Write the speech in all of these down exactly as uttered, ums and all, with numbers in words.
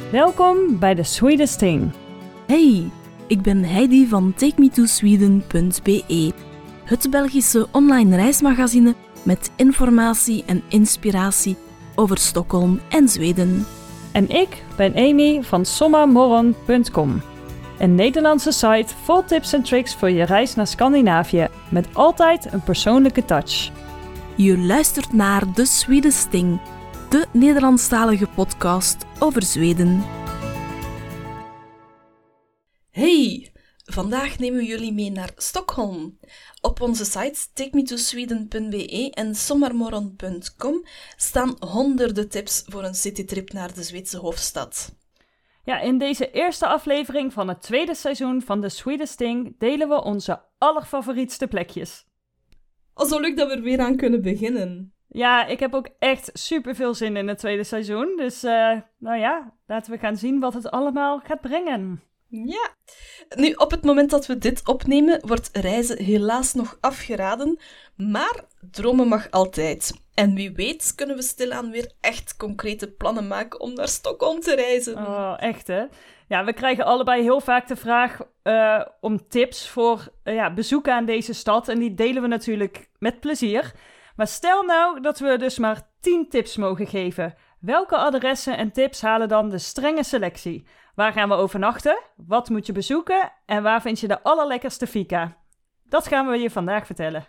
Welkom bij The Sweetest Thing. Hey, ik ben Heidi van take me to sweden punt b e, het Belgische online reismagazine met informatie en inspiratie over Stockholm en Zweden. En ik ben Amy van sommarmorgon punt com, een Nederlandse site vol tips en tricks voor je reis naar Scandinavië, met altijd een persoonlijke touch. Je luistert naar The Sweetest Thing, de Nederlandstalige podcast over Zweden. Hey, vandaag nemen we jullie mee naar Stockholm. Op onze sites take me to sweden punt b e en sommarmorgon punt com staan honderden tips voor een citytrip naar de Zweedse hoofdstad. Ja, in deze eerste aflevering van het tweede seizoen van The Sweetest Thing delen we onze allerfavorietste plekjes. Oh, zo leuk dat we er weer aan kunnen beginnen. Ja, ik heb ook echt super veel zin in het tweede seizoen. Dus, uh, nou ja, laten we gaan zien wat het allemaal gaat brengen. Ja. Nu, op het moment dat we dit opnemen, wordt reizen helaas nog afgeraden. Maar dromen mag altijd. En wie weet kunnen we stilaan weer echt concrete plannen maken om naar Stockholm te reizen. Oh, echt hè? Ja, we krijgen allebei heel vaak de vraag uh, om tips voor uh, ja, bezoeken aan deze stad. En die delen we natuurlijk met plezier. Maar stel nou dat we dus maar tien tips mogen geven. Welke adressen en tips halen dan de strenge selectie? Waar gaan we overnachten? Wat moet je bezoeken? En waar vind je de allerlekkerste fika? Dat gaan we je vandaag vertellen.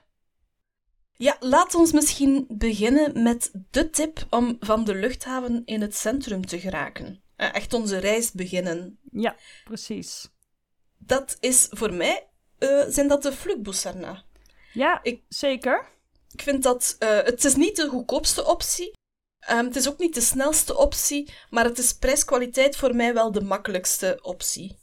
Ja, laat ons misschien beginnen met de tip om van de luchthaven in het centrum te geraken. Echt onze reis beginnen. Ja, precies. Dat is voor mij, uh, zijn dat de vlugbussarna. Ja, ik, zeker. Ik vind dat, uh, het is niet de goedkoopste optie. Um, het is ook niet de snelste optie, maar het is prijs-kwaliteit voor mij wel de makkelijkste optie.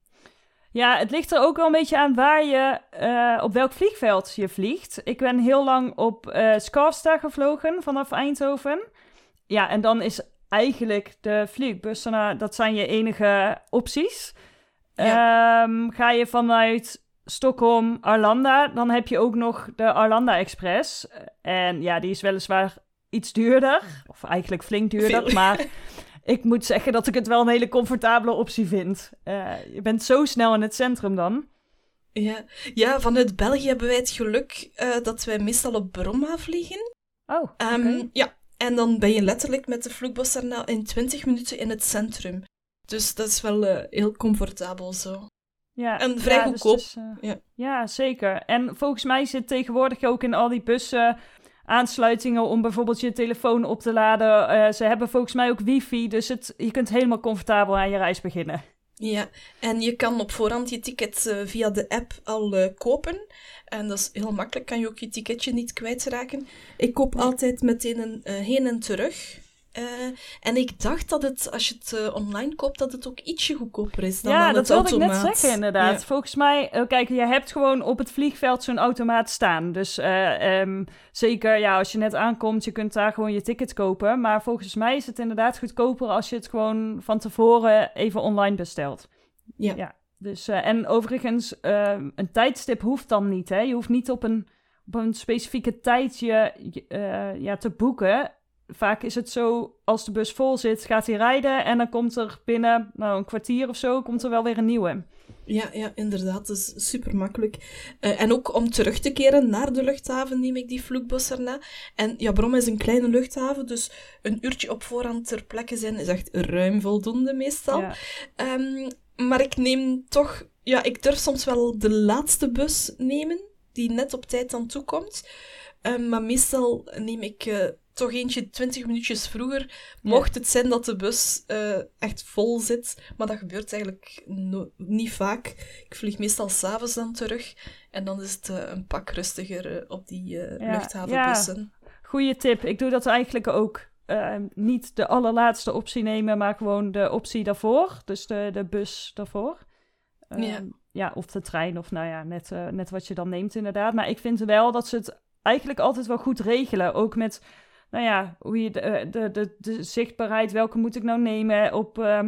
Ja, het ligt er ook wel een beetje aan waar je, uh, op welk vliegveld je vliegt. Ik ben heel lang op uh, Skavsta gevlogen vanaf Eindhoven. Ja, en dan is eigenlijk de vliegbussen, dat zijn je enige opties. Ja. Um, ga je vanuit Stockholm, Arlanda, dan heb je ook nog de Arlanda Express. En ja, die is weliswaar iets duurder, of eigenlijk flink duurder, Veel. maar ik moet zeggen dat ik het wel een hele comfortabele optie vind. Uh, je bent zo snel in het centrum dan. Ja, ja, vanuit België hebben wij het geluk uh, dat wij meestal op Bromma vliegen. Oh, oké. Um, ja, en dan ben je letterlijk met de vlugbussarna in twintig minuten in het centrum. Dus dat is wel uh, heel comfortabel zo. Ja, en vrij ja, goedkoop. Dus, dus, uh, ja. ja, zeker. En volgens mij zit tegenwoordig ook in al die bussen aansluitingen om bijvoorbeeld je telefoon op te laden. Uh, ze hebben volgens mij ook wifi, dus het, je kunt helemaal comfortabel aan je reis beginnen. Ja, en je kan op voorhand je ticket uh, via de app al uh, kopen. En dat is heel makkelijk, kan je ook je ticketje niet kwijtraken. Ik koop nee. altijd meteen een uh, heen en terug. Uh, en ik dacht dat het, als je het uh, online koopt, dat het ook ietsje goedkoper is dan ja, aan het dat automaat. wilde ik net zeggen, inderdaad. Ja. Volgens mij, uh, kijk, je hebt gewoon op het vliegveld zo'n automaat staan. Dus uh, um, zeker, ja, als je net aankomt, je kunt daar gewoon je ticket kopen. Maar volgens mij is het inderdaad goedkoper als je het gewoon van tevoren even online bestelt. Ja. ja dus, uh, en overigens, uh, een tijdstip hoeft dan niet, hè. Je hoeft niet op een, op een specifieke tijd je, uh, ja, te boeken. Vaak is het zo, als de bus vol zit, gaat hij rijden en dan komt er binnen nou, een kwartier of zo, komt er wel weer een nieuwe. Ja, ja, inderdaad, dat is super makkelijk. Uh, en ook om terug te keren naar de luchthaven neem ik die vlugbussarna. En ja, Bromma is een kleine luchthaven, dus een uurtje op voorhand ter plekke zijn is echt ruim voldoende meestal. Ja. Um, maar ik neem toch, ja, ik durf soms wel de laatste bus nemen, die net op tijd dan toekomt. Um, maar meestal neem ik Uh, toch eentje twintig minuutjes vroeger, mocht ja. het zijn dat de bus uh, echt vol zit. Maar dat gebeurt eigenlijk no- niet vaak. Ik vlieg meestal 's avonds dan terug. En dan is het uh, een pak rustiger uh, op die uh, ja. luchthavenbussen. Ja. Goeie tip. Ik doe dat eigenlijk ook. Uh, niet de allerlaatste optie nemen, maar gewoon de optie daarvoor. Dus de, de bus daarvoor. Uh, ja. ja, of de trein, of nou ja, net, uh, net wat je dan neemt inderdaad. Maar ik vind wel dat ze het eigenlijk altijd wel goed regelen. Ook met nou ja, hoe je de, de, de, de zichtbaarheid, welke moet ik nou nemen op um,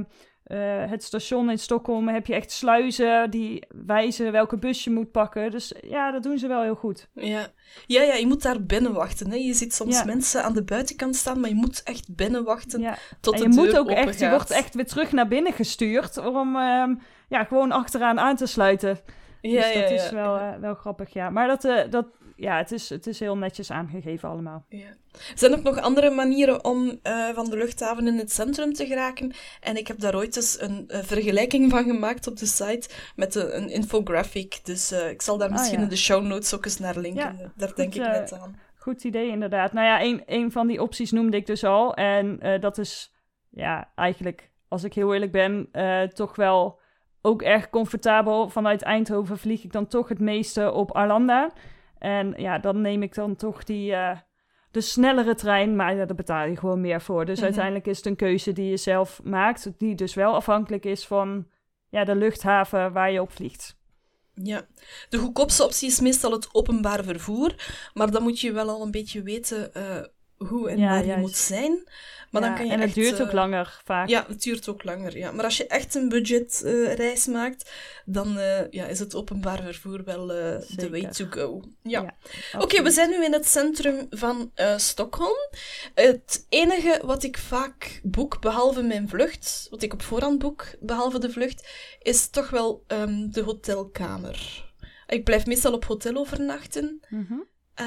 uh, het station in Stockholm heb je echt sluizen die wijzen welke bus je moet pakken. Dus ja, dat doen ze wel heel goed. Ja, ja, ja je moet daar binnen wachten. Hè. Je ziet soms ja. mensen aan de buitenkant staan, maar je moet echt binnen wachten ja. tot en de deur open gaat. Je moet ook echt, je wordt echt weer terug naar binnen gestuurd om um, ja, gewoon achteraan aan te sluiten. Ja, dus dat ja, is ja, wel, ja. Uh, wel grappig, ja. Maar dat, uh, dat, ja, het, is, het is heel netjes aangegeven allemaal. Ja. Zijn er nog andere manieren om uh, van de luchthaven in het centrum te geraken? En ik heb daar ooit eens een uh, vergelijking van gemaakt op de site met uh, een infographic. Dus uh, ik zal daar misschien ah, ja. in de show notes ook eens naar linken. Ja, daar goed, denk ik uh, net aan. Goed idee, inderdaad. Nou ja, een, een van die opties noemde ik dus al. En uh, dat is, ja, eigenlijk, als ik heel eerlijk ben, uh, toch wel ook erg comfortabel. Vanuit Eindhoven vlieg ik dan toch het meeste op Arlanda. En ja, dan neem ik dan toch die, uh, de snellere trein, maar ja, daar betaal je gewoon meer voor. Dus mm-hmm. uiteindelijk is het een keuze die je zelf maakt, die dus wel afhankelijk is van ja, de luchthaven waar je op vliegt. Ja, de goedkoopste optie is meestal het openbaar vervoer, maar dan moet je wel al een beetje weten uh, hoe en ja, waar je juist. moet zijn. Maar ja, dan kan je en het echt, duurt ook uh, langer vaak. Ja, het duurt ook langer. Ja. Maar als je echt een budgetreis uh, maakt, dan uh, ja, is het openbaar vervoer wel uh, the way to go. Ja. ja Oké, okay, we zijn nu in het centrum van uh, Stockholm. Het enige wat ik vaak boek, behalve mijn vlucht, wat ik op voorhand boek, behalve de vlucht, is toch wel um, de hotelkamer. Ik blijf meestal op hotel overnachten. Mm-hmm.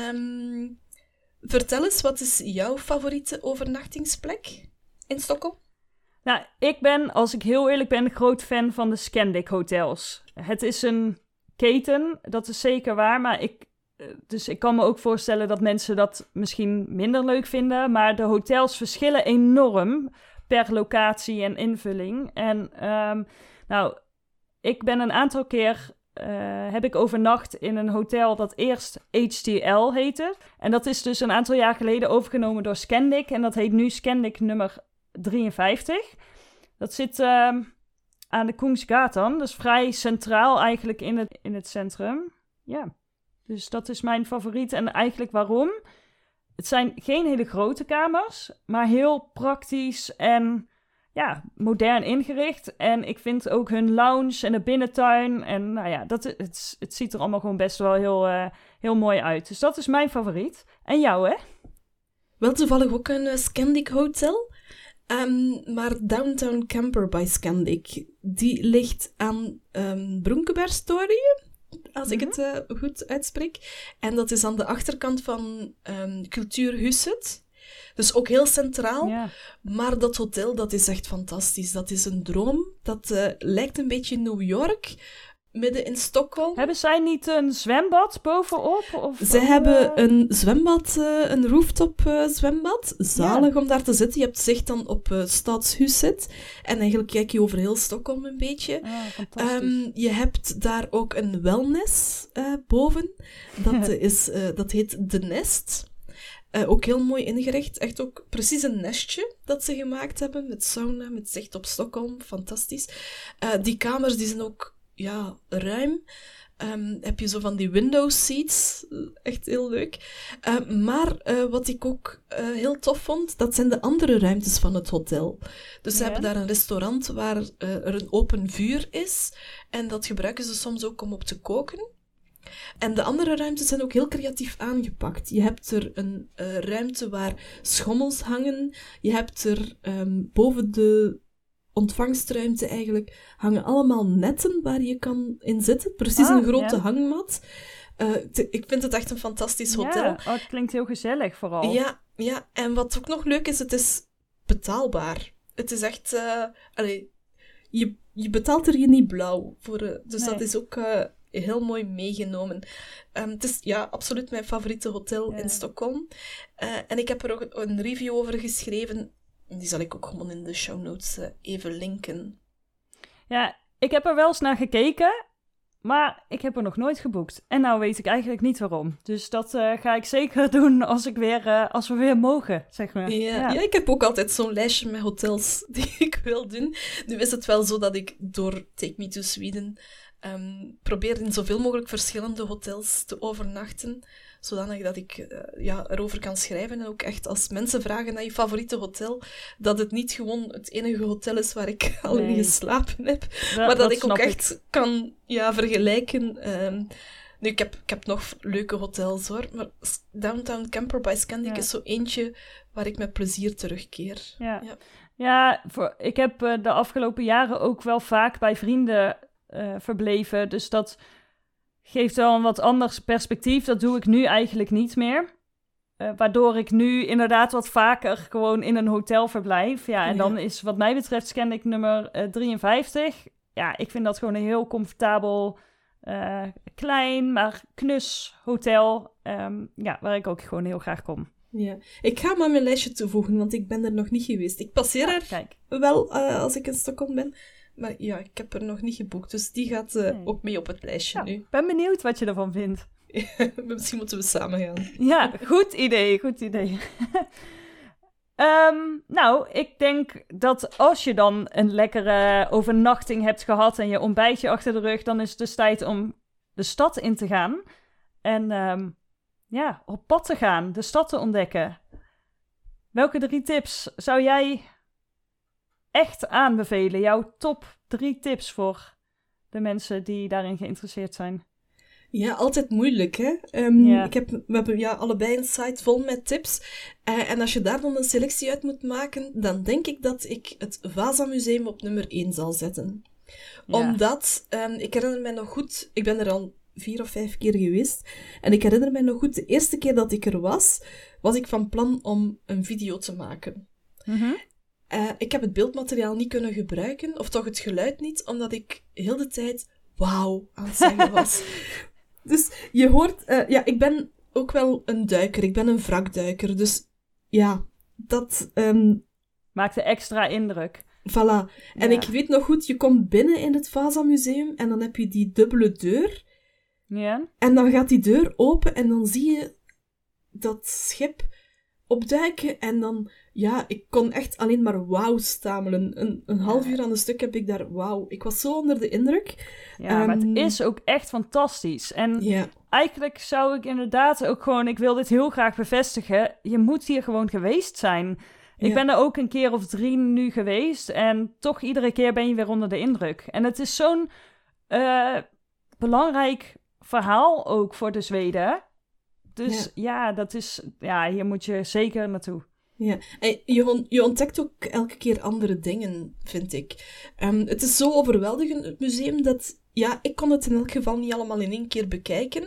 Um, Vertel eens, wat is jouw favoriete overnachtingsplek in Stockholm? Nou, ik ben, als ik heel eerlijk ben, een groot fan van de Scandic hotels. Het is een keten, dat is zeker waar, maar ik, dus ik kan me ook voorstellen dat mensen dat misschien minder leuk vinden. Maar de hotels verschillen enorm per locatie en invulling. En um, nou, ik ben een aantal keer... Uh, heb ik overnacht in een hotel dat eerst H T L heette. En dat is dus een aantal jaar geleden overgenomen door Scandic. En dat heet nu Scandic nummer drieënvijftig. Dat zit uh, aan de Kungsgatan. Dus vrij centraal eigenlijk in het, in het centrum. Ja, dus dat is mijn favoriet. En eigenlijk waarom? Het zijn geen hele grote kamers, maar heel praktisch en... ja, modern ingericht. En ik vind ook hun lounge en de binnentuin. En nou ja, dat, het, het ziet er allemaal gewoon best wel heel, uh, heel mooi uit. Dus dat is mijn favoriet. En jou, hè? Wel toevallig ook een uh, Scandic hotel. Um, maar Downtown Camper by Scandic, die ligt aan um, Brunkebergstorget, als mm-hmm. ik het uh, goed uitspreek. En dat is aan de achterkant van um, Kulturhuset. Dus ook heel centraal. Ja. Maar dat hotel, dat is echt fantastisch. Dat is een droom. Dat uh, lijkt een beetje New York, midden in Stockholm. Hebben zij niet een zwembad bovenop? Of, Zij of, hebben uh... een zwembad, uh, een rooftop uh, zwembad. Zalig ja. om daar te zitten. Je hebt zicht dan op uh, Stadshuset. En eigenlijk kijk je over heel Stockholm een beetje. Ah, fantastisch. Um, je hebt daar ook een wellness uh, boven. Dat, uh, is, uh, dat heet De Nest. Uh, ook heel mooi ingericht. Echt ook precies een nestje dat ze gemaakt hebben. Met sauna, met zicht op Stockholm. Fantastisch. Uh, die kamers die zijn ook ja, ruim. Um, heb je zo van die window seats. Echt heel leuk. Uh, maar uh, wat ik ook uh, heel tof vond, dat zijn de andere ruimtes van het hotel. Dus ze ja. hebben daar een restaurant waar uh, er een open vuur is. En dat gebruiken ze soms ook om op te koken. En de andere ruimtes zijn ook heel creatief aangepakt. Je hebt er een uh, ruimte waar schommels hangen. Je hebt er um, boven de ontvangstruimte eigenlijk hangen allemaal netten waar je kan in zitten. Precies ah, een grote ja. hangmat. Uh, te, ik vind het echt een fantastisch hotel. Ja, oh, het klinkt heel gezellig vooral. Ja, ja, en wat ook nog leuk is, het is betaalbaar. Het is echt... Uh, allee, je, je betaalt er je niet blauw voor. Uh, dus nee. dat is ook... Uh, heel mooi meegenomen. Um, het is ja, absoluut mijn favoriete hotel ja. in Stockholm. Uh, en ik heb er ook een review over geschreven. Die zal ik ook gewoon in de show notes uh, even linken. Ja, ik heb er wel eens naar gekeken, maar ik heb er nog nooit geboekt. En nou weet ik eigenlijk niet waarom. Dus dat uh, ga ik zeker doen als, ik weer, uh, als we weer mogen, zeg maar. Ja, ja. ja, ik heb ook altijd zo'n lijstje met hotels die ik wil doen. Nu is het wel zo dat ik door Take Me to Sweden... Um, probeer in zoveel mogelijk verschillende hotels te overnachten, zodanig dat ik uh, ja, erover kan schrijven. En ook echt als mensen vragen naar je favoriete hotel, dat het niet gewoon het enige hotel is waar ik al in nee. geslapen heb. Dat, maar dat, dat ik ook echt ik. kan ja, vergelijken. Um, nu, ik heb, ik heb nog leuke hotels hoor, maar Downtown Camper by Scandic ja. is zo eentje waar ik met plezier terugkeer. Ja, ja. ja voor, ik heb uh, de afgelopen jaren ook wel vaak bij vrienden uh, verbleven, dus dat geeft wel een wat anders perspectief. Dat doe ik nu eigenlijk niet meer. Uh, waardoor ik nu inderdaad wat vaker gewoon in een hotel verblijf. Ja, en ja. dan is wat mij betreft Scandic nummer uh, drieënvijftig. Ja, ik vind dat gewoon een heel comfortabel, uh, klein, maar knus hotel. Um, ja, waar ik ook gewoon heel graag kom. Ja, ik ga hem aan mijn lijstje toevoegen, want ik ben er nog niet geweest. Ik passeer ja, er kijk. wel uh, als ik in Stockholm ben. Maar ja, ik heb er nog niet geboekt, dus die gaat uh, nee. ook mee op het lijstje ja, nu. Ik ben benieuwd wat je ervan vindt. Misschien moeten we samen gaan. Ja, goed idee, goed idee. um, nou, ik denk dat als je dan een lekkere overnachting hebt gehad en je ontbijtje achter de rug, dan is het dus tijd om de stad in te gaan. En um, ja, op pad te gaan, de stad te ontdekken. Welke drie tips zou jij echt aanbevelen? Jouw top drie tips voor de mensen die daarin geïnteresseerd zijn? Ja, altijd moeilijk, hè? Um, ja. ik heb, we hebben ja, allebei een site vol met tips. Uh, en als je daar dan een selectie uit moet maken, dan denk ik dat ik het Vasa Museum op nummer één zal zetten. Ja. Omdat, um, ik herinner mij nog goed, ik ben er al vier of vijf keer geweest. En ik herinner mij nog goed, de eerste keer dat ik er was, was ik van plan om een video te maken. Mm-hmm. Uh, ik heb het beeldmateriaal niet kunnen gebruiken, of toch het geluid niet, omdat ik heel de tijd wauw aan het zeggen was. Dus je hoort... Uh, ja, ik ben ook wel een duiker. Ik ben een wrakduiker. Dus ja, dat... Um... Maakte extra indruk. Voilà. En ja. ik weet nog goed, je komt binnen in het Vasa Museum en dan heb je die dubbele deur. Ja. En dan gaat die deur open en dan zie je dat schip opduiken. En dan... Ja, ik kon echt alleen maar wauw stamelen. Een, een half uur aan een stuk heb ik daar wauw. Ik was zo onder de indruk. Ja, um, maar het is ook echt fantastisch. En yeah. eigenlijk zou ik inderdaad ook gewoon... Ik wil dit heel graag bevestigen. Je moet hier gewoon geweest zijn. Yeah. Ik ben er ook een keer of drie nu geweest. En toch iedere keer ben je weer onder de indruk. En het is zo'n uh, belangrijk verhaal ook voor de Zweden. Dus yeah. ja, dat is... Ja, hier moet je zeker naartoe. Ja, en je, je ontdekt ook elke keer andere dingen, vind ik. Um, het is zo overweldigend, het museum, dat... Ja, ik kon het in elk geval niet allemaal in één keer bekijken.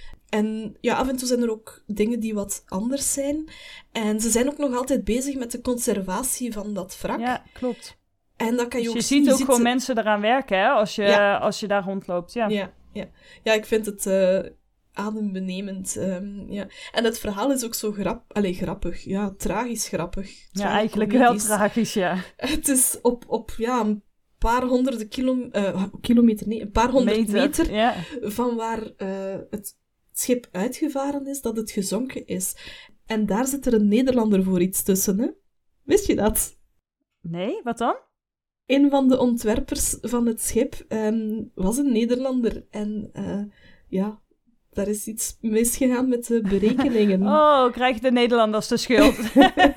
En ja, af en toe zijn er ook dingen die wat anders zijn. En ze zijn ook nog altijd bezig met de conservatie van dat wrak. Ja, klopt. En dat kan je dus ook je ziet zien. ook je gewoon ziet... mensen eraan werken, hè, als je, ja. als je daar rondloopt. Ja, ja, ja. ja ik vind het... Uh... adembenemend, um, ja. En het verhaal is ook zo grap... Allee, grappig. Ja, tragisch grappig. Ja, eigenlijk wel tragisch, ja. Het is op, op ja, een paar honderden kilo, uh, kilometer... Nee, een paar honderd meter, meter ja. van waar uh, het schip uitgevaren is, dat het gezonken is. En daar zit er een Nederlander voor iets tussen, hè? Wist je dat? Nee, wat dan? Een van de ontwerpers van het schip um, was een Nederlander. En uh, ja... Daar is iets misgegaan met de berekeningen. Oh, krijgen de Nederlanders de schuld.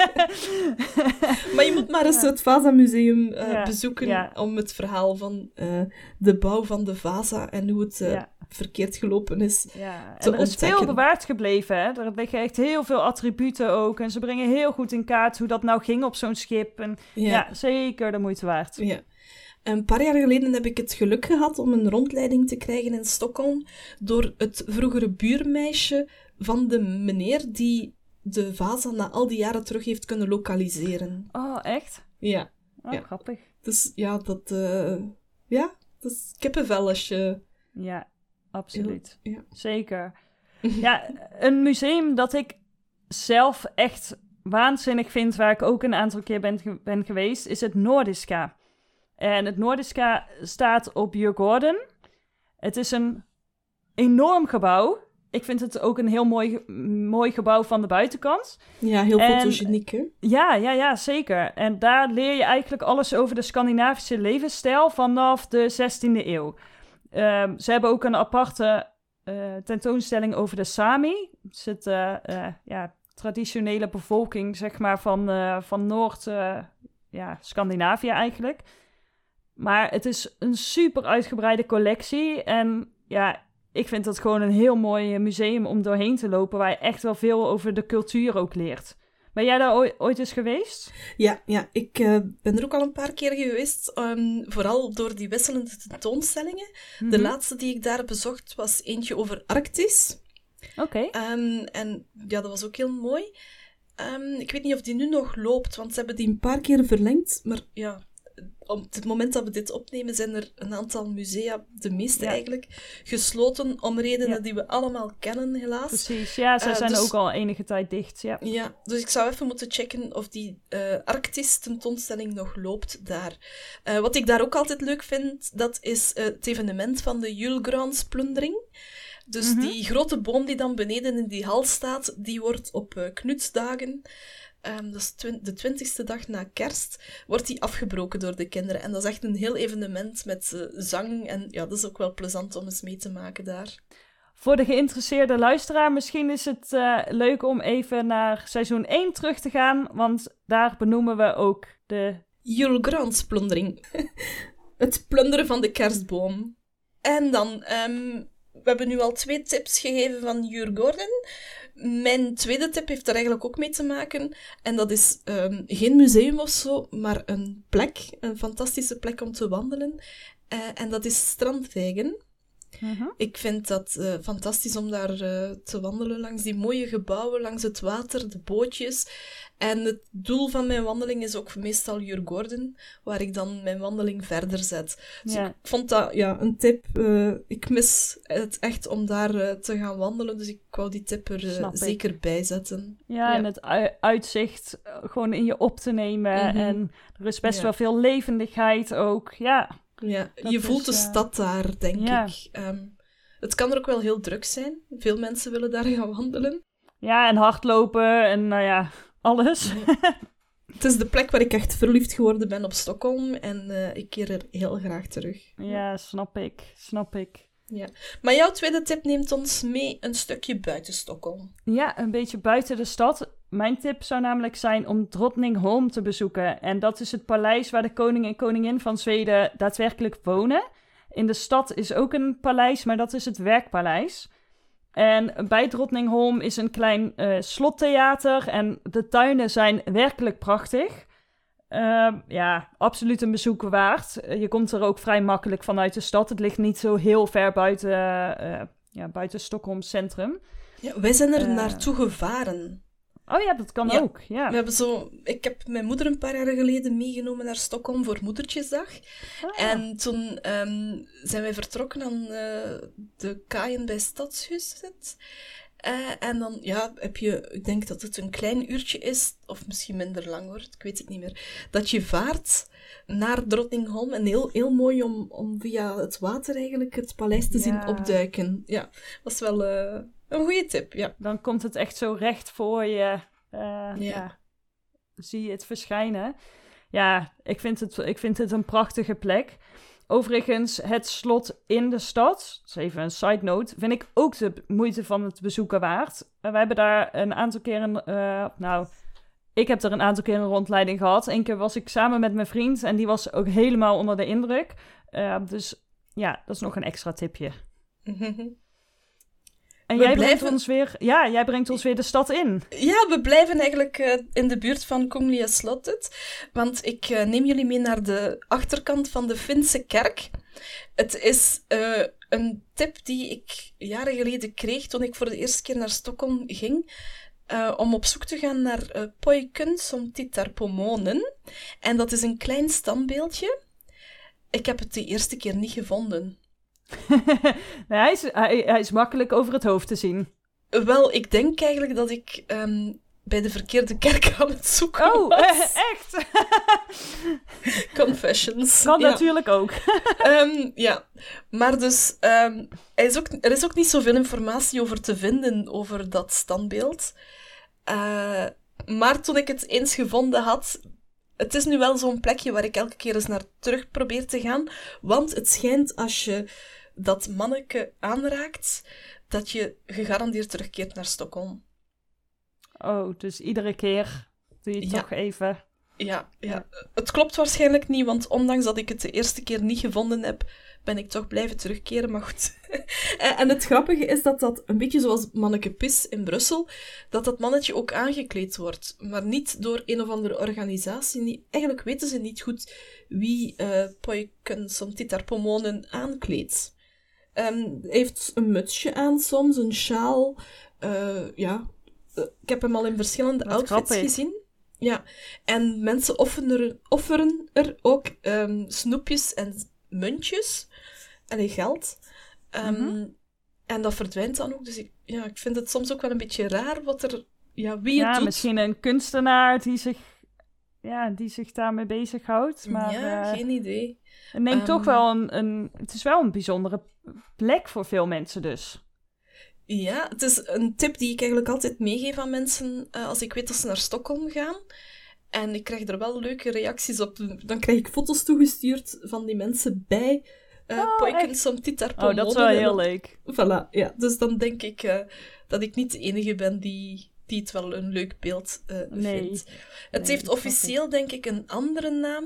Maar je moet maar eens ja. het Vasa Museum uh, ja. bezoeken ja. om het verhaal van uh, de bouw van de Vasa en hoe het uh, ja. verkeerd gelopen is ja. te en er is ontdekken. veel bewaard gebleven. Hè? Er liggen echt heel veel attributen ook. En ze brengen heel goed in kaart hoe dat nou ging op zo'n schip. En ja, ja zeker de moeite waard. Ja. Een paar jaar geleden heb ik het geluk gehad om een rondleiding te krijgen in Stockholm door het vroegere buurmeisje van de meneer die de Vasa na al die jaren terug heeft kunnen lokaliseren. Oh, echt? Ja. Oh, ja. grappig. Dus ja, dat... Uh, ja, dat is kippenvel als je... Ja, absoluut. Ja. Ja. Zeker. Ja, een museum dat ik zelf echt waanzinnig vind, waar ik ook een aantal keer ben, ge- ben geweest, is het Nordiska. En het Nordiska staat op Djurgården. Het is een enorm gebouw. Ik vind het ook een heel mooi, mooi gebouw van de buitenkant. Ja, heel fotogeniek, hè? Ja, ja, ja, zeker. En daar leer je eigenlijk alles over de Scandinavische levensstijl vanaf de zestiende eeuw. Um, ze hebben ook een aparte uh, tentoonstelling over de Sami. Het is het uh, uh, ja, traditionele bevolking, zeg maar, van, uh, van Noord... Uh, ja, Scandinavië eigenlijk. Maar het is een super uitgebreide collectie. En ja, ik vind dat gewoon een heel mooi museum om doorheen te lopen, waar je echt wel veel over de cultuur ook leert. Ben jij daar ooit, ooit eens geweest? Ja, ja ik uh, ben er ook al een paar keer geweest. Um, vooral door die wisselende tentoonstellingen. Mm-hmm. De laatste die ik daar bezocht was eentje over Arctis. Oké. Okay. Um, en ja, dat was ook heel mooi. Um, ik weet niet of die nu nog loopt, want ze hebben die een paar keer verlengd. Maar ja, op het moment dat we dit opnemen zijn er een aantal musea, de meeste ja. eigenlijk, gesloten om redenen ja. die we allemaal kennen, helaas. Precies, ja, ze uh, zijn dus, ook al enige tijd dicht. Ja. ja, dus ik zou even moeten checken of die uh, Arctis tentoonstelling nog loopt daar. Uh, wat ik daar ook altijd leuk vind, dat is uh, het evenement van de Julgransplundering. Dus mm-hmm. die grote boom die dan beneden in die hal staat, die wordt op uh, Knutsdagen, um, dat is twi- de twintigste dag na kerst, wordt die afgebroken door de kinderen. En dat is echt een heel evenement met uh, zang. En ja, dat is ook wel plezant om eens mee te maken daar. Voor de geïnteresseerde luisteraar, misschien is het uh, leuk om even naar seizoen één terug te gaan, want daar benoemen we ook de... Julgransplundering. Het plunderen van de kerstboom. En dan... Um, We hebben nu al twee tips gegeven van Djurgården. Mijn tweede tip heeft er eigenlijk ook mee te maken. En dat is um, geen museum of zo, maar een plek. Een fantastische plek om te wandelen. Uh, en dat is Strandwegen. Uh-huh. Ik vind dat uh, fantastisch om daar uh, te wandelen langs die mooie gebouwen, langs het water, de bootjes. En het doel van mijn wandeling is ook meestal Djurgården, waar ik dan mijn wandeling verder zet. Dus ja. ik vond dat ja, een tip. Uh, ik mis het echt om daar uh, te gaan wandelen, dus ik wou die tip er uh, zeker bij zetten. Ja, ja, en het u- uitzicht gewoon in je op te nemen. Mm-hmm. En er is best ja. wel veel levendigheid ook, ja. Ja, je voelt is, de stad daar, denk ja. ik. Um, het kan er ook wel heel druk zijn. Veel mensen willen daar gaan wandelen. Ja, en hardlopen en nou ja, alles. Ja. Het is de plek waar ik echt verliefd geworden ben op Stockholm. En uh, ik keer er heel graag terug. Ja, snap ik. Snap ik. Ja. Maar jouw tweede tip neemt ons mee een stukje buiten Stockholm. Ja, een beetje buiten de stad. Mijn tip zou namelijk zijn om Drottningholm te bezoeken. En dat is het paleis waar de koning en koningin van Zweden daadwerkelijk wonen. In de stad is ook een paleis, maar dat is het werkpaleis. En bij Drottningholm is een klein uh, slottheater en de tuinen zijn werkelijk prachtig. Uh, ja, absoluut een bezoek waard. Uh, je komt er ook vrij makkelijk vanuit de stad. Het ligt niet zo heel ver buiten, uh, ja, buiten Stockholm centrum. Ja, wij zijn er uh, naartoe gevaren. Oh ja, dat kan ja. ook. Ja. We hebben zo, ik heb mijn moeder een paar jaar geleden meegenomen naar Stockholm voor Moedertjesdag. Ah. En toen um, zijn wij vertrokken aan uh, de kaaien bij Stadshuset. Uh, en dan ja, heb je, ik denk dat het een klein uurtje is, of misschien minder lang hoor, ik weet het niet meer, dat je vaart naar Drottningholm. En heel, heel mooi om, om via het water eigenlijk het paleis te ja. zien opduiken. Ja, dat is wel... Uh, Een goede tip, ja. Dan komt het echt zo recht voor je. Uh, ja. ja. Zie je het verschijnen. Ja, ik vind het, ik vind het een prachtige plek. Overigens, het slot in de stad, dat is even een side note, vind ik ook de moeite van het bezoeken waard. Uh, we hebben daar een aantal keren, uh, nou, ik heb er een aantal keer een rondleiding gehad. Eén keer was ik samen met mijn vriend en die was ook helemaal onder de indruk. Uh, dus ja, dat is nog een extra tipje. En we jij blijven... brengt ons weer, ja, jij brengt ons weer de stad in. Ja, we blijven eigenlijk uh, in de buurt van Kungliga Slottet. Want ik uh, neem jullie mee naar de achterkant van de Finse kerk. Het is uh, een tip die ik jaren geleden kreeg toen ik voor de eerste keer naar Stockholm ging. Uh, om op zoek te gaan naar uh, Pojken som tittar på månen. En dat is een klein standbeeldje. Ik heb het de eerste keer niet gevonden. nee, hij, is, hij, hij is makkelijk over het hoofd te zien. Wel, ik denk eigenlijk dat ik um, bij de verkeerde kerk aan het zoeken oh, was. Oh, uh, echt? Confessions. Kan ja. natuurlijk ook. um, ja, maar dus, um, er, is ook, er is ook niet zoveel informatie over te vinden over dat standbeeld. Uh, maar toen ik het eens gevonden had... Het is nu wel zo'n plekje waar ik elke keer eens naar terug probeer te gaan. Want het schijnt als je dat manneke aanraakt, dat je gegarandeerd terugkeert naar Stockholm. Oh, dus iedere keer doe je Ja. toch even... Ja, ja, het klopt waarschijnlijk niet, want ondanks dat ik het de eerste keer niet gevonden heb, ben ik toch blijven terugkeren, maar goed. En het grappige is dat dat, een beetje zoals Manneke Pis in Brussel, dat dat mannetje ook aangekleed wordt. Maar niet door een of andere organisatie. Niet, eigenlijk weten ze niet goed wie uh, Poiken som tittar på månen aankleedt. Um, hij heeft een mutsje aan soms, een sjaal. Uh, ja, uh, ik heb hem al in verschillende Wat outfits grappig. gezien. Ja, en mensen offeren er, offeren er ook um, snoepjes en muntjes. Allee, geld. Um, Mhm. En dat verdwijnt dan ook. Dus ik, ja, ik vind het soms ook wel een beetje raar wat er... Ja, wie het Ja, doet. misschien een kunstenaar die zich, ja, die zich daarmee bezighoudt. Maar ja, eh, geen idee. het neemt Ehm, toch wel een, een... Het is wel een bijzondere plek voor veel mensen dus. Ja, het is een tip die ik eigenlijk altijd meegeef aan mensen uh, als ik weet dat ze naar Stockholm gaan. En ik krijg er wel leuke reacties op. Dan krijg ik foto's toegestuurd van die mensen bij uh, Oh, Poiken echt? som tittar på Oh, dat is wel månen. heel En dat- leuk. Voilà, ja. Dus dan denk ik uh, dat ik niet de enige ben die, die het wel een leuk beeld uh, Nee. vindt. Het Nee, heeft dat officieel, denk ik, een andere naam.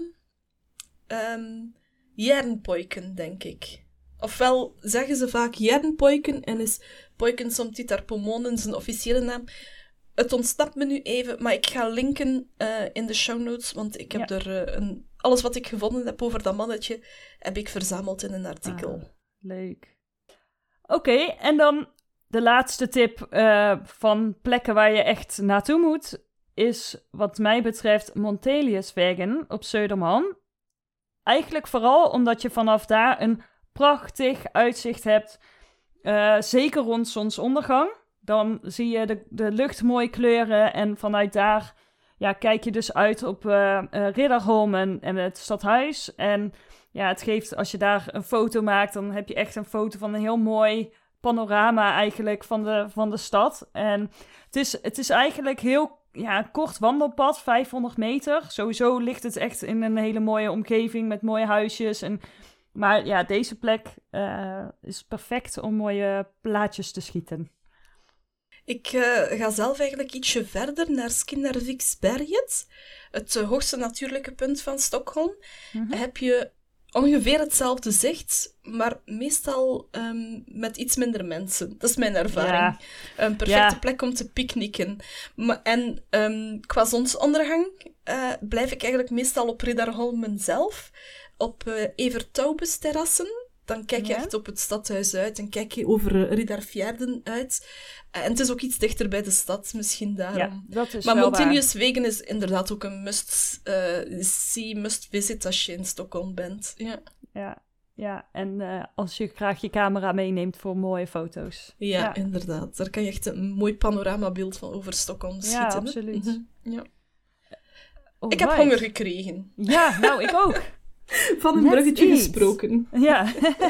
Um, Jernpoiken, denk ik. Ofwel zeggen ze vaak Jernpoiken en is Poiken som tittar på månen zijn officiële naam. Het ontsnapt me nu even, maar ik ga linken uh, in de show notes, want ik heb Ja. er uh, een, alles wat ik gevonden heb over dat mannetje, heb ik verzameld in een artikel. Ah, leuk. Oké, en dan de laatste tip eh, van plekken waar je echt naartoe moet, is wat mij betreft Monteliuswegen op Södermalm. Eigenlijk vooral omdat je vanaf daar een prachtig uitzicht hebt, eh, zeker rond zonsondergang. Dan zie je de, de lucht mooi kleuren en vanuit daar ja, kijk je dus uit op uh, uh, Ridderholm en, en het stadhuis. En ja, het geeft, als je daar een foto maakt, dan heb je echt een foto van een heel mooi panorama eigenlijk van de, van de stad. En het is, het is eigenlijk heel ja, een kort wandelpad, vijfhonderd meter. Sowieso ligt het echt in een hele mooie omgeving met mooie huisjes. En, maar ja, deze plek uh, is perfect om mooie plaatjes te schieten. Ik uh, ga zelf eigenlijk ietsje verder naar Skinnarviksberget, het uh, hoogste natuurlijke punt van Stockholm. Mm-hmm. Heb je ongeveer hetzelfde zicht, maar meestal um, met iets minder mensen. Dat is mijn ervaring. Ja. Een perfecte ja. plek om te picknicken. Maar, en um, qua zonsondergang uh, blijf ik eigenlijk meestal op Riddarholmen zelf, op uh, Evert Taubes-terrassen. Dan kijk je ja. echt op het stadhuis uit en kijk je over uh, Riddarfjärden uit. Uh, en het is ook iets dichter bij de stad, misschien daarom. Ja, dat is maar wel Monteliuswegen is inderdaad ook een must-see, uh, must-visit als je in Stockholm bent. Ja, ja, ja. en uh, als je graag je camera meeneemt voor mooie foto's. Ja, ja, inderdaad. Daar kan je echt een mooi panoramabeeld van over Stockholm schieten. Ja, absoluut. Mm-hmm. Ja. Ik heb honger gekregen. Ja, nou, ik ook. Van een bruggetje gesproken. Ja.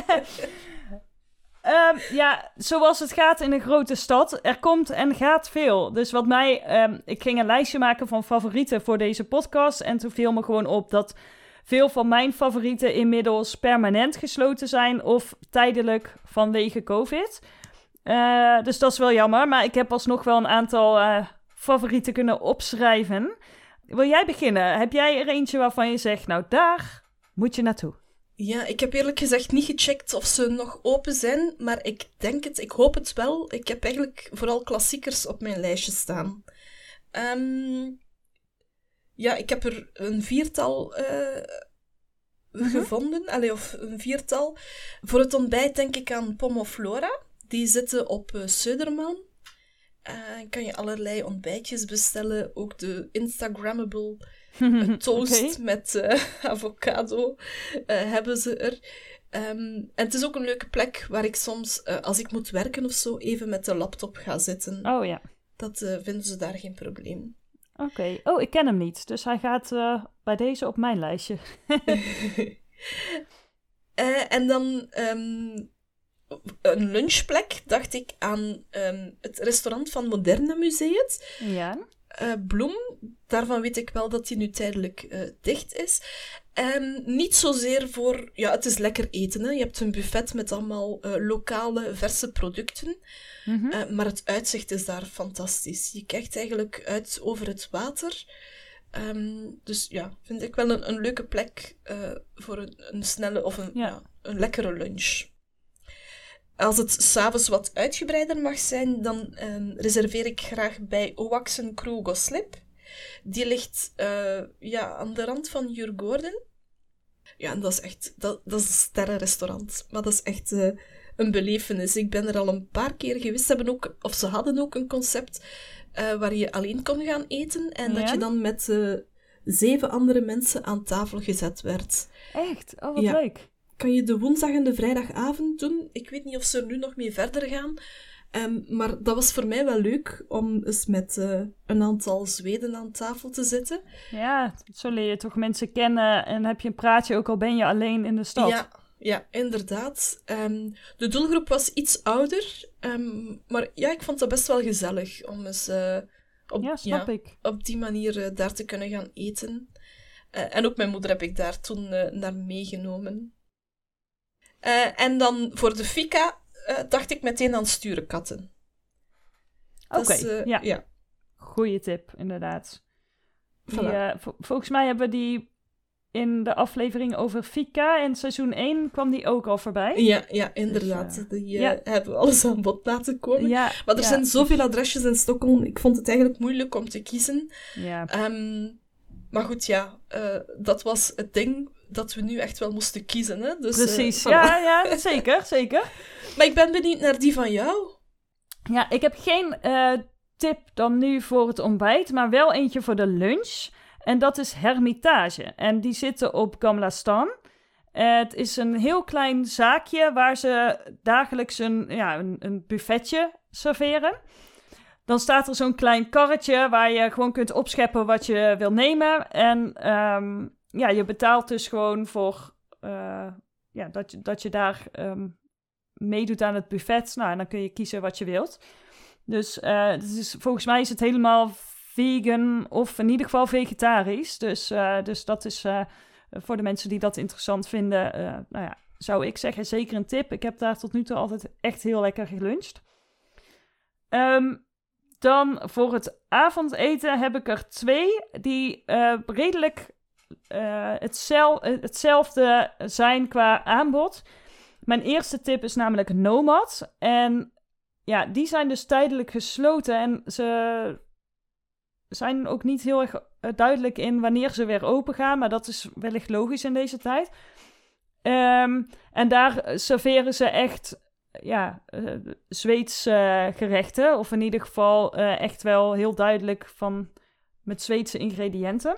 um, ja, zoals het gaat in een grote stad, er komt en gaat veel. Dus wat mij... Um, ik ging een lijstje maken van favorieten voor deze podcast. En toen viel me gewoon op dat veel van mijn favorieten inmiddels permanent gesloten zijn of tijdelijk vanwege COVID. Uh, dus dat is wel jammer. Maar ik heb alsnog wel een aantal uh, favorieten kunnen opschrijven. Wil jij beginnen? Heb jij er eentje waarvan je zegt, nou daar moet je naartoe? Ja, ik heb eerlijk gezegd niet gecheckt of ze nog open zijn, maar ik denk het, ik hoop het wel. Ik heb eigenlijk vooral klassiekers op mijn lijstje staan. Um, ja, ik heb er een viertal uh, mm-hmm. gevonden, allee, of een viertal. Voor het ontbijt denk ik aan Pomoflora. Die zitten op uh, Södermalm. Uh, kan je allerlei ontbijtjes bestellen. Ook de Instagrammable uh, toast okay. met uh, avocado uh, hebben ze er. Um, en het is ook een leuke plek waar ik soms, uh, als ik moet werken of zo, even met de laptop ga zitten. Oh ja. Dat uh, vinden ze daar geen probleem. Oké. Okay. Oh, ik ken hem niet. Dus hij gaat uh, bij deze op mijn lijstje. uh, en dan... Um, een lunchplek, dacht ik aan um, het restaurant van Moderne Museet. Ja. Uh, Bloem, daarvan weet ik wel dat die nu tijdelijk uh, dicht is. En niet zozeer voor... Ja, het is lekker eten. Hè? Je hebt een buffet met allemaal uh, lokale, verse producten. Mm-hmm. Uh, maar het uitzicht is daar fantastisch. Je kijkt eigenlijk uit over het water. Um, dus ja, vind ik wel een, een leuke plek uh, voor een, een snelle of een, ja. Ja, een lekkere lunch. Als het 's avonds wat uitgebreider mag zijn, dan um, reserveer ik graag bij Oaxen Kroeg Goslip. Die ligt uh, ja, aan de rand van Djurgården. Ja, en dat is echt... Dat, dat is een sterrenrestaurant. Maar dat is echt uh, een belevenis. Ik ben er al een paar keer geweest. Ze hebben ook, of ze hadden ook een concept uh, waar je alleen kon gaan eten. En ja? dat je dan met uh, zeven andere mensen aan tafel gezet werd. Echt? Oh, wat ja. leuk. Kan je de woensdag en de vrijdagavond doen. Ik weet niet of ze er nu nog mee verder gaan. Um, maar dat was voor mij wel leuk om eens met uh, een aantal Zweden aan tafel te zitten. Ja, zo leer je toch mensen kennen en heb je een praatje, ook al ben je alleen in de stad. Ja, ja inderdaad. Um, de doelgroep was iets ouder, um, maar ja, ik vond het best wel gezellig om eens uh, op, ja, snap ja, ik. op die manier uh, daar te kunnen gaan eten. Uh, en ook mijn moeder heb ik daar toen uh, naar meegenomen. Uh, en dan voor de fika... Uh, dacht ik meteen aan sturenkatten. Oké, okay, uh, ja. ja. Goeie tip, inderdaad. Die, voilà. uh, v- volgens mij hebben we die in de aflevering over Fika in seizoen één kwam die ook al voorbij. Ja, ja inderdaad. Dus, uh, die uh, ja. hebben we alles aan bod laten komen. Ja, maar er ja. zijn zoveel adresjes in Stockholm. Ik vond het eigenlijk moeilijk om te kiezen. Ja. Um, maar goed, ja. Uh, dat was het ding dat we nu echt wel moesten kiezen. Hè? Dus, Precies, uh, ja, ja, zeker, zeker. Maar ik ben benieuwd naar die van jou. Ja, ik heb geen uh, tip dan nu voor het ontbijt, maar wel eentje voor de lunch. En dat is Hermitage. En die zitten op Gamla Stan. Uh, het is een heel klein zaakje waar ze dagelijks een, ja, een, een buffetje serveren. Dan staat er zo'n klein karretje waar je gewoon kunt opscheppen wat je wil nemen. En um, ja, je betaalt dus gewoon voor uh, ja, dat, je, dat je daar um, meedoet aan het buffet. Nou, en dan kun je kiezen wat je wilt. Dus, uh, dus volgens mij is het helemaal vegan of in ieder geval vegetarisch. Dus, uh, dus dat is uh, voor de mensen die dat interessant vinden, uh, nou ja, zou ik zeggen zeker een tip. Ik heb daar tot nu toe altijd echt heel lekker geluncht. Um, dan voor het avondeten heb ik er twee die uh, redelijk uh, hetzel- hetzelfde zijn qua aanbod. Mijn eerste tip is namelijk Nomad. En ja, die zijn dus tijdelijk gesloten. En ze zijn ook niet heel erg duidelijk in wanneer ze weer open gaan. Maar dat is wellicht logisch in deze tijd. Um, en daar serveren ze echt ja, uh, Zweedse uh, gerechten. Of in ieder geval uh, echt wel heel duidelijk van met Zweedse ingrediënten.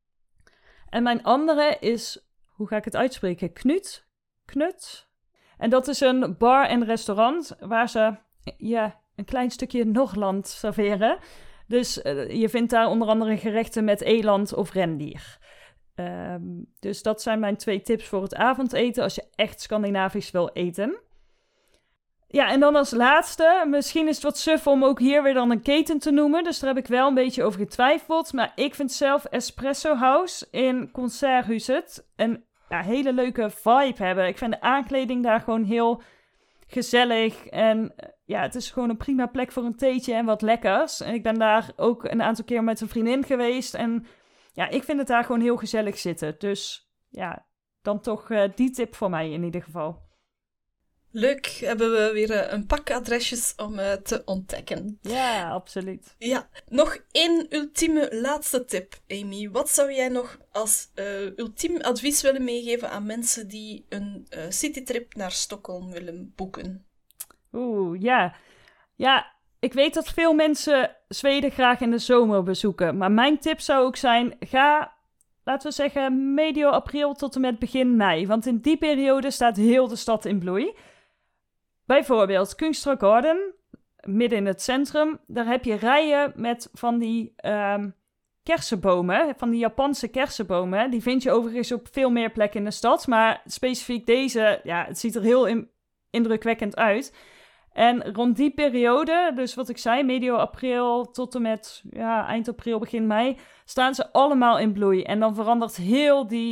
En mijn andere is, hoe ga ik het uitspreken? Knut? Knut? En dat is een bar en restaurant waar ze ja, een klein stukje Norrland serveren. Dus uh, je vindt daar onder andere gerechten met eland of rendier. Um, dus dat zijn mijn twee tips voor het avondeten als je echt Scandinavisch wil eten. Ja, en dan als laatste, misschien is het wat suf om ook hier weer dan een keten te noemen. Dus daar heb ik wel een beetje over getwijfeld. Maar ik vind zelf Espresso House in Concerthuset een ja, hele leuke vibe hebben. Ik vind de aankleding daar gewoon heel gezellig. En ja, het is gewoon een prima plek voor een theetje en wat lekkers. En ik ben daar ook een aantal keer met een vriendin geweest. En ja, ik vind het daar gewoon heel gezellig zitten. Dus ja, dan toch uh, die tip voor mij in ieder geval. Leuk, hebben we weer uh, een pak adresjes om uh, te ontdekken. Ja, absoluut. Ja, nog één ultieme laatste tip, Amy. Wat zou jij nog als uh, ultiem advies willen meegeven aan mensen die een uh, citytrip naar Stockholm willen boeken? Oeh, ja. Ja, ik weet dat veel mensen Zweden graag in de zomer bezoeken. Maar mijn tip zou ook zijn, ga, laten we zeggen, medio april tot en met begin mei. Want in die periode staat heel de stad in bloei. Bijvoorbeeld Kungsträdgården, midden in het centrum. Daar heb je rijen met van die um, kersenbomen, van die Japanse kersenbomen. Die vind je overigens op veel meer plekken in de stad. Maar specifiek deze, ja, het ziet er heel in, indrukwekkend uit. En rond die periode, dus wat ik zei, medio april tot en met ja, eind april, begin mei, staan ze allemaal in bloei. En dan verandert heel die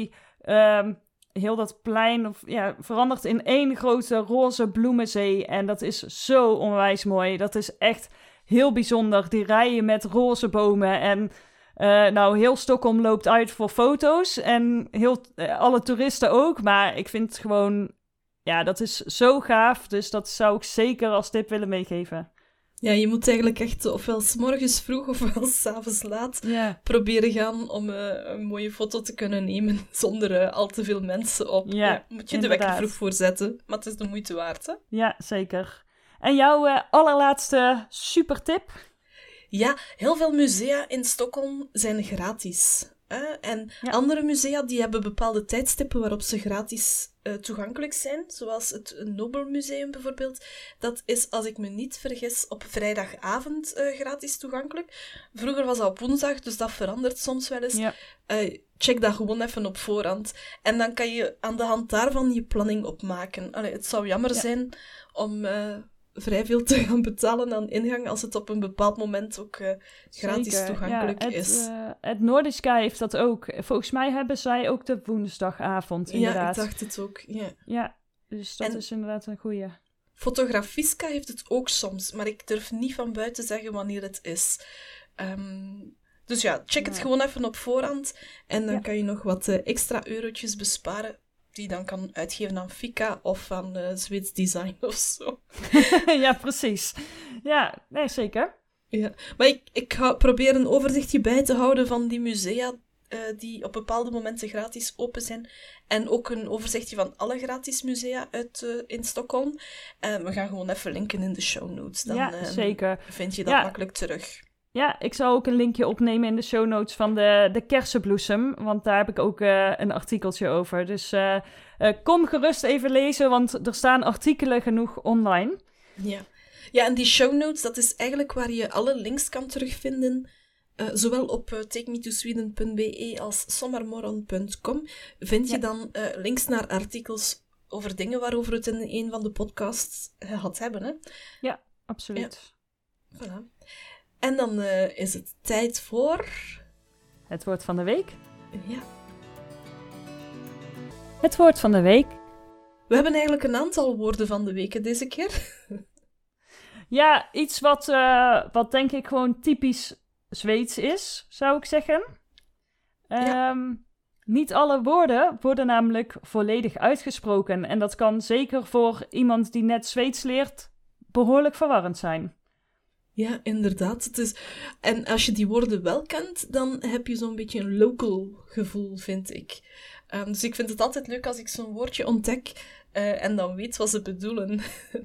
Um, heel dat plein of, ja, verandert in één grote roze bloemenzee. En dat is zo onwijs mooi. Dat is echt heel bijzonder. Die rijen met roze bomen. En uh, nou, heel Stockholm loopt uit voor foto's. En heel, uh, alle toeristen ook. Maar ik vind het gewoon... Ja, dat is zo gaaf. Dus dat zou ik zeker als tip willen meegeven. Ja, je moet eigenlijk echt ofwel 's morgens vroeg ofwel 's avonds laat ja. proberen gaan om uh, een mooie foto te kunnen nemen zonder uh, al te veel mensen op. Ja, ja, moet je inderdaad. de wekker vroeg voor zetten, maar het is de moeite waard, hè? Ja, zeker. En jouw uh, allerlaatste supertip? Ja, heel veel musea in Stockholm zijn gratis. Hè? En ja. andere musea die hebben bepaalde tijdstippen waarop ze gratis uh, toegankelijk zijn. Zoals het Nobelmuseum bijvoorbeeld. Dat is, als ik me niet vergis, op vrijdagavond uh, gratis toegankelijk. Vroeger was dat op woensdag, dus dat verandert soms wel eens. Ja. Uh, check dat gewoon even op voorhand. En dan kan je aan de hand daarvan je planning opmaken. Allee, het zou jammer ja. zijn om... Uh, vrij veel te gaan betalen aan ingang als het op een bepaald moment ook uh, gratis Zeker. toegankelijk ja, het, is. Uh, het Nordiska heeft dat ook. Volgens mij hebben zij ook de woensdagavond, inderdaad. Ja, ik dacht het ook. Ja, ja dus dat en is inderdaad een goeie. Fotografiska heeft het ook soms, maar ik durf niet van buiten zeggen wanneer het is. Um, dus ja, check ja. het gewoon even op voorhand en dan ja. kan je nog wat uh, extra eurotjes besparen die dan kan uitgeven aan Fika of aan uh, Zweeds Design of zo. ja, precies. Ja, nee, zeker. Ja. Maar ik, ik ga proberen een overzichtje bij te houden van die musea uh, die op bepaalde momenten gratis open zijn. En ook een overzichtje van alle gratis musea uit, uh, in Stockholm. Uh, we gaan gewoon even linken in de show notes. Dan ja, uh, zeker. vind je dat ja. makkelijk terug. Ja, ik zal ook een linkje opnemen in de show notes van de, de kersenbloesem. Want daar heb ik ook uh, een artikeltje over. Dus uh, uh, kom gerust even lezen, want er staan artikelen genoeg online. Ja, ja en die show notes, dat is eigenlijk waar je alle links kan terugvinden. Uh, zowel op uh, take me to sweden punt b e als sommarmorgon punt com vind je ja. dan uh, links naar artikels over dingen waarover we het in een van de podcasts gehad hebben. Hè? Ja, absoluut. Ja. Voilà. En dan uh, is het tijd voor... Het woord van de week. Ja. Het woord van de week. We hebben eigenlijk een aantal woorden van de week deze keer. ja, iets wat, uh, wat denk ik gewoon typisch Zweeds is, zou ik zeggen. Um, ja. Niet alle woorden worden namelijk volledig uitgesproken. En dat kan zeker voor iemand die net Zweeds leert behoorlijk verwarrend zijn. Ja, inderdaad. Het is... En als je die woorden wel kent, dan heb je zo'n beetje een local gevoel, vind ik. Um, dus ik vind het altijd leuk als ik zo'n woordje ontdek uh, en dan weet wat ze bedoelen.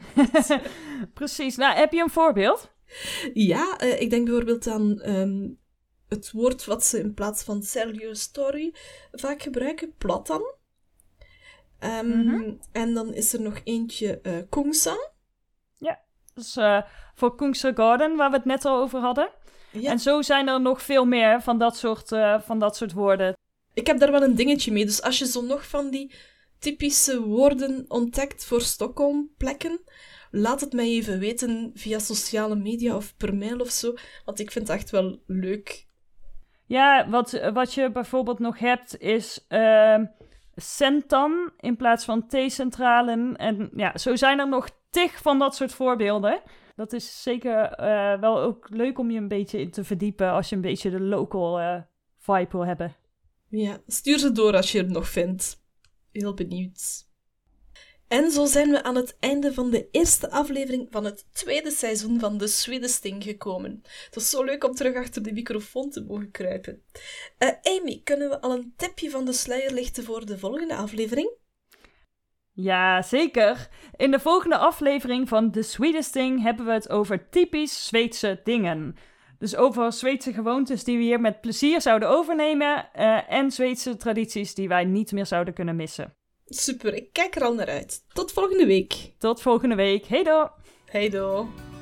Precies. Nou, heb je een voorbeeld? Ja, uh, ik denk bijvoorbeeld aan um, het woord wat ze in plaats van tell your story vaak gebruiken, platan. Um, mm-hmm. En dan is er nog eentje, uh, kungsan. Ja, dus uh, voor Kungsträdgården, waar we het net al over hadden. Ja. En zo zijn er nog veel meer van dat soort, uh, van dat soort woorden. Ik heb daar wel een dingetje mee. Dus als je zo nog van die typische woorden ontdekt voor Stockholm-plekken, laat het mij even weten via sociale media of per mail of zo. Want ik vind het echt wel leuk. Ja, wat, wat je bijvoorbeeld nog hebt is uh, centan in plaats van T-centralen. En ja, zo zijn er nog tig van dat soort voorbeelden. Dat is zeker uh, wel ook leuk om je een beetje in te verdiepen als je een beetje de local uh, vibe wil hebben. Ja, stuur ze door als je het nog vindt. Heel benieuwd. En zo zijn we aan het einde van de eerste aflevering van het tweede seizoen van de Swedesting gekomen. Het was zo leuk om terug achter de microfoon te mogen kruipen. Uh, Amy, kunnen we al een tipje van de sluier lichten voor de volgende aflevering? Ja, zeker. In de volgende aflevering van The Swedesting hebben we het over typisch Zweedse dingen. Dus over Zweedse gewoontes die we hier met plezier zouden overnemen uh, en Zweedse tradities die wij niet meer zouden kunnen missen. Super, ik kijk er al naar uit. Tot volgende week. Tot volgende week. Heido! Heido!